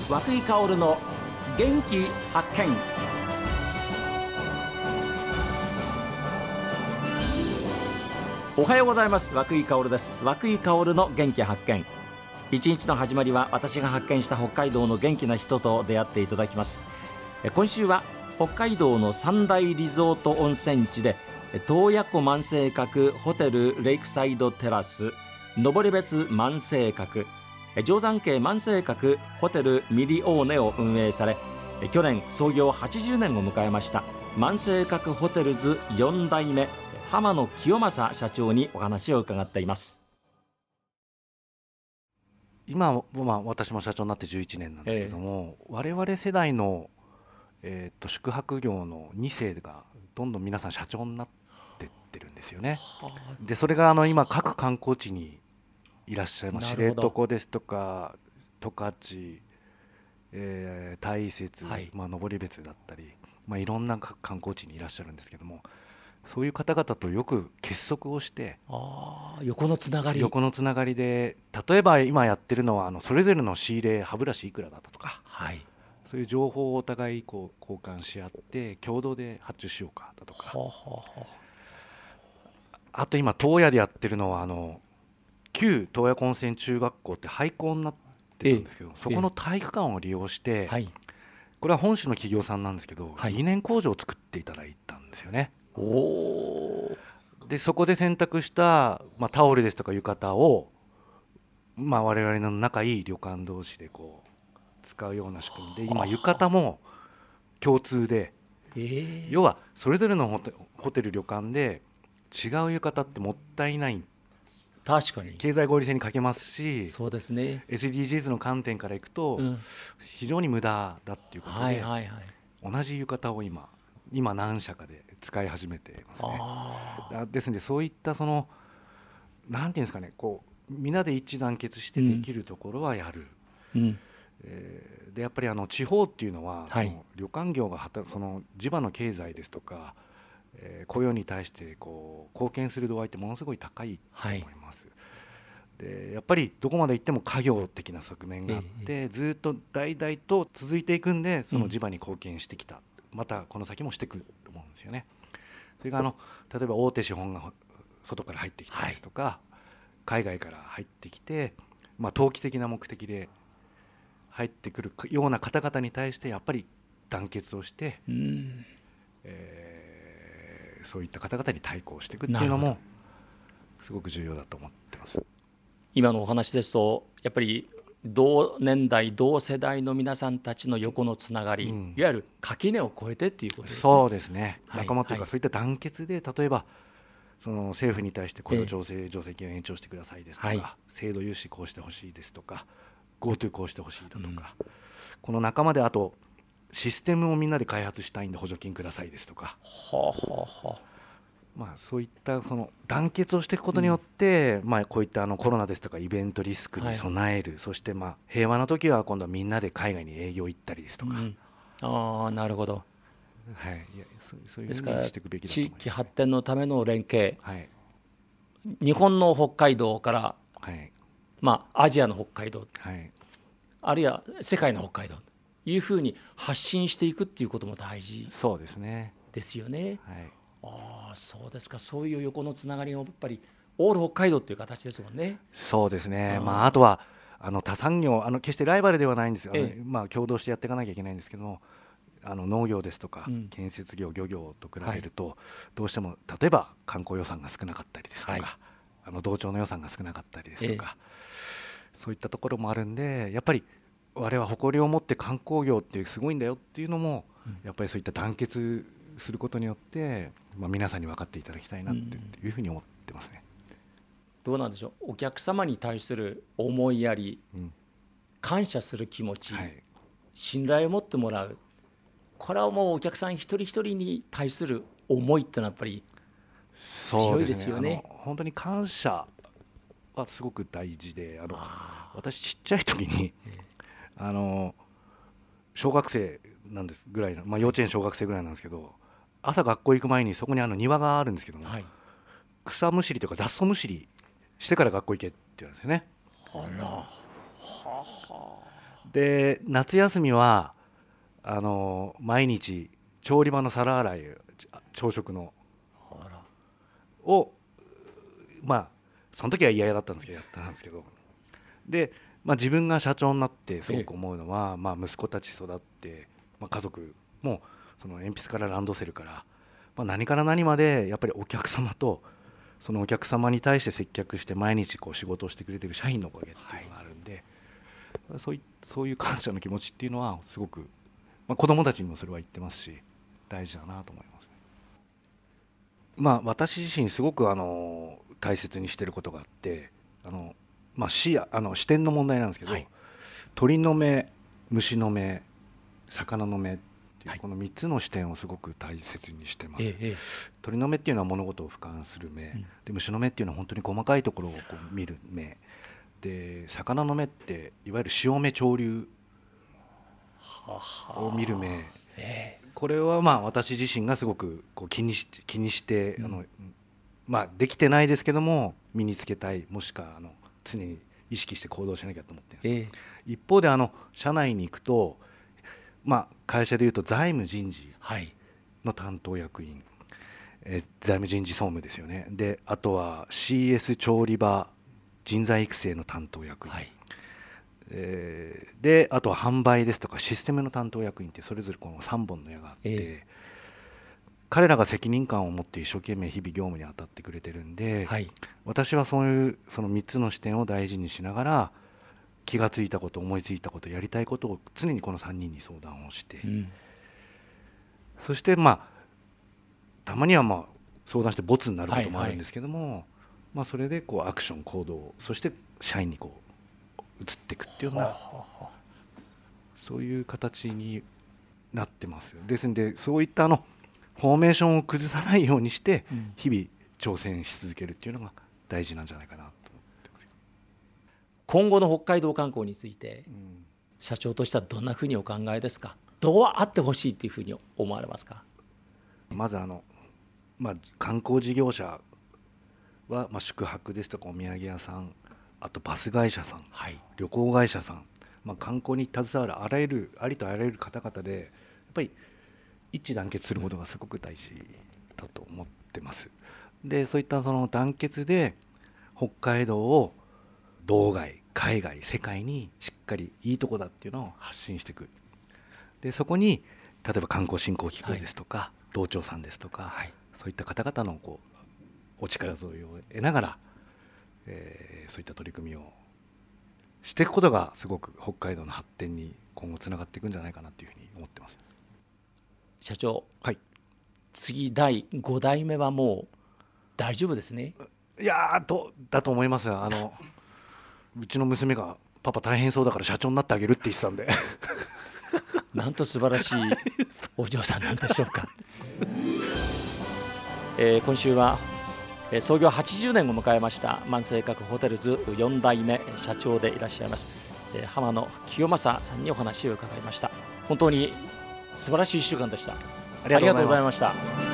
和久井薫の元気発見。おはようございます。和久井薫です。和久井薫の元気発見。一日の始まりは私が発見した北海道の元気な人と出会っていただきます。今週は北海道の三大リゾート温泉地で洞爺湖万世閣ホテルレイクサイドテラス、登別万世閣、定山渓万世閣ホテルミリオーネを運営され、去年創業80年を迎えました万世閣ホテルズ4代目浜野清正社長にお話を伺っています。 今、私も社長になって11年なんですけども、我々世代の、宿泊業の2世がどんどん皆さん社長になってってるんですよね。でそれが今各観光地にいらっしゃいます。知床ですとか十勝、大雪、登別だったり、いろんな観光地にいらっしゃるんですけども、そういう方々とよく結束をして、 横のつながりで、例えば今やってるのはそれぞれの仕入れ歯ブラシいくらだったとか、そういう情報をお互い交換し合って共同で発注しようかだとか、あと今洞爺でやってるのは旧洞爺湖温泉中学校って廃校になってるんですけど、そこの体育館を利用して、これは本州の企業さんなんですけど、理念工場を作っていただいたんですよね。でそこで選択した、タオルですとか浴衣を、我々の仲いい旅館同士で使うような仕組みで、今浴衣も共通で、要はそれぞれのホテル旅館で違う浴衣ってもったいない。 確かに経済合理性に欠けますし、 そうですね、 SDGs の観点からいくと非常に無駄だっていうことで、同じ浴衣を今何社かで使い始めてますね。ですのでそういったなんていうんですかね、みんなで一致団結してできるところはやる。でやっぱり地方っていうのは、旅館業が地場の経済ですとか、雇用に対して貢献する度合いってものすごい高いと思います。でやっぱりどこまで行っても家業的な側面があって、ずっと代々と続いていくんで、その地場に貢献してきた、またこの先もしていくと思うんですよね。それが例えば大手資本が外から入ってきたりですとか、海外から入ってきて、投機的な目的で入ってくるような方々に対してやっぱり団結をして、そういった方々に対抗していくっていうのもすごく重要だと思ってます。 今のお話ですと、やっぱり同年代同世代の皆さんたちの横のつながり、いわゆる垣根を越えてっていうことですね。 そうですね、仲間というか、そういった団結で、例えば政府に対して雇用調整助成金を延長してくださいですとか、制度融資こうしてほしいですとか、 GoTo こうしてほしいだとか、この仲間であとシステムをみんなで開発したいんで補助金くださいですとか、そういった団結をしていくことによって、こういったコロナですとかイベントリスクに備える、そして平和の時は今度はみんなで海外に営業行ったりですとか、 なるほど、 そういうふうにしていくべきだと思います。 地域発展のための連携、日本の北海道から、アジアの北海道、あるいは世界の北海道というふうに発信していくっていうことも大事ですよね。そうですか。そういう横のつながりをやっぱりオール北海道っていう形ですもんね。 そうですね。あとは他産業、決してライバルではないんですよ。共同してやっていかなきゃいけないんですけども、農業ですとか建設業、漁業と比べると、どうしても例えば観光予算が少なかったりですとか、同庁の予算が少なかったりですとか、そういったところもあるんで、やっぱり我々は誇りを持って観光業ってすごいんだよっていうのも、やっぱりそういった団結することによって、皆さんに分かっていただきたいなっていうふうに思ってますね。 どうなんでしょう、お客様に対する思いやり、感謝する気持ち、信頼を持ってもらう、これはもうお客さん一人一人に対する思いってのはやっぱり強いですよね。 本当に感謝はすごく大事で、私ちっちゃい時に小学生なんですぐらいの、幼稚園小学生ぐらいなんですけど、朝学校行く前にそこに庭があるんですけども、草むしりとか雑草むしりしてから学校行けって言うんですよね。 で夏休みは毎日調理場の皿洗い朝食のをまあその時は嫌だったんですけどやったんですけど、で、自分が社長になってすごく思うのは、息子たち育って、家族もその鉛筆からランドセルから、何から何までやっぱりお客様とそのお客様に対して接客して毎日こう仕事をしてくれてる社員のおかげっていうのがあるんで、そういう感謝の気持ちっていうのはすごく、子どもたちにもそれは言ってますし大事だなと思いますね。私自身すごく大切にしてることがあって、視点の問題なんですけど、鳥の目、虫の目、魚の目っていうこの3つの視点をすごく大切にしてます。鳥の目っていうのは物事を俯瞰する目、で虫の目っていうのは本当に細かいところをこう見る目で、魚の目っていわゆる潮目潮流を見る目、これは私自身がすごくこう気にして、できてないですけども身につけたい、もしくは常に意識して行動しなきゃと思ってるんです。一方で社内に行くと、会社でいうと財務人事の担当役員、財務人事総務ですよね。であとは CS 調理場人材育成の担当役員、であとは販売ですとかシステムの担当役員ってそれぞれこの3本の矢があって、彼らが責任感を持って一生懸命日々業務に当たってくれてるんで、私はその3つの視点を大事にしながら気がついたこと、思いついたこと、やりたいことを常にこの3人に相談をして、そしてたまには相談してボツになることもあるんですけども、それでこうアクション行動、そして社員にこう移っていくっていうようなそういう形になってます。ですのでそういったフォーメーションを崩さないようにして日々挑戦し続けるっていうのが大事なんじゃないかなと思ってます。 今後の北海道観光について、社長としてはどんなふうにお考えですか？どうあってほしいっていうふうに思われますか？ まず観光事業者は、宿泊ですとかお土産屋さん、あとバス会社さん、旅行会社さん、観光に携わるありとあらゆる方々でやっぱり一致団結することがすごく大事だと思ってます。でそういったその団結で北海道を道外、海外、世界にしっかりいいとこだっていうのを発信していく。でそこに例えば観光振興機構ですとか、道庁さんですとか、そういった方々のお力添えを得ながら、そういった取り組みをしていくことがすごく北海道の発展に今後つながっていくんじゃないかなというふうに思ってます。 社長、次第5代目はもう大丈夫ですね？ いやだと思います。うちの娘がパパ大変そうだから社長になってあげるって言ってたんでなんと素晴らしいお嬢さんなんでしょうか今週は創業80年を迎えました万世閣ホテルズ4代目社長でいらっしゃいます浜野清正さんにお話を伺いました。本当に素晴らしい1週間でした。ありがとうございました。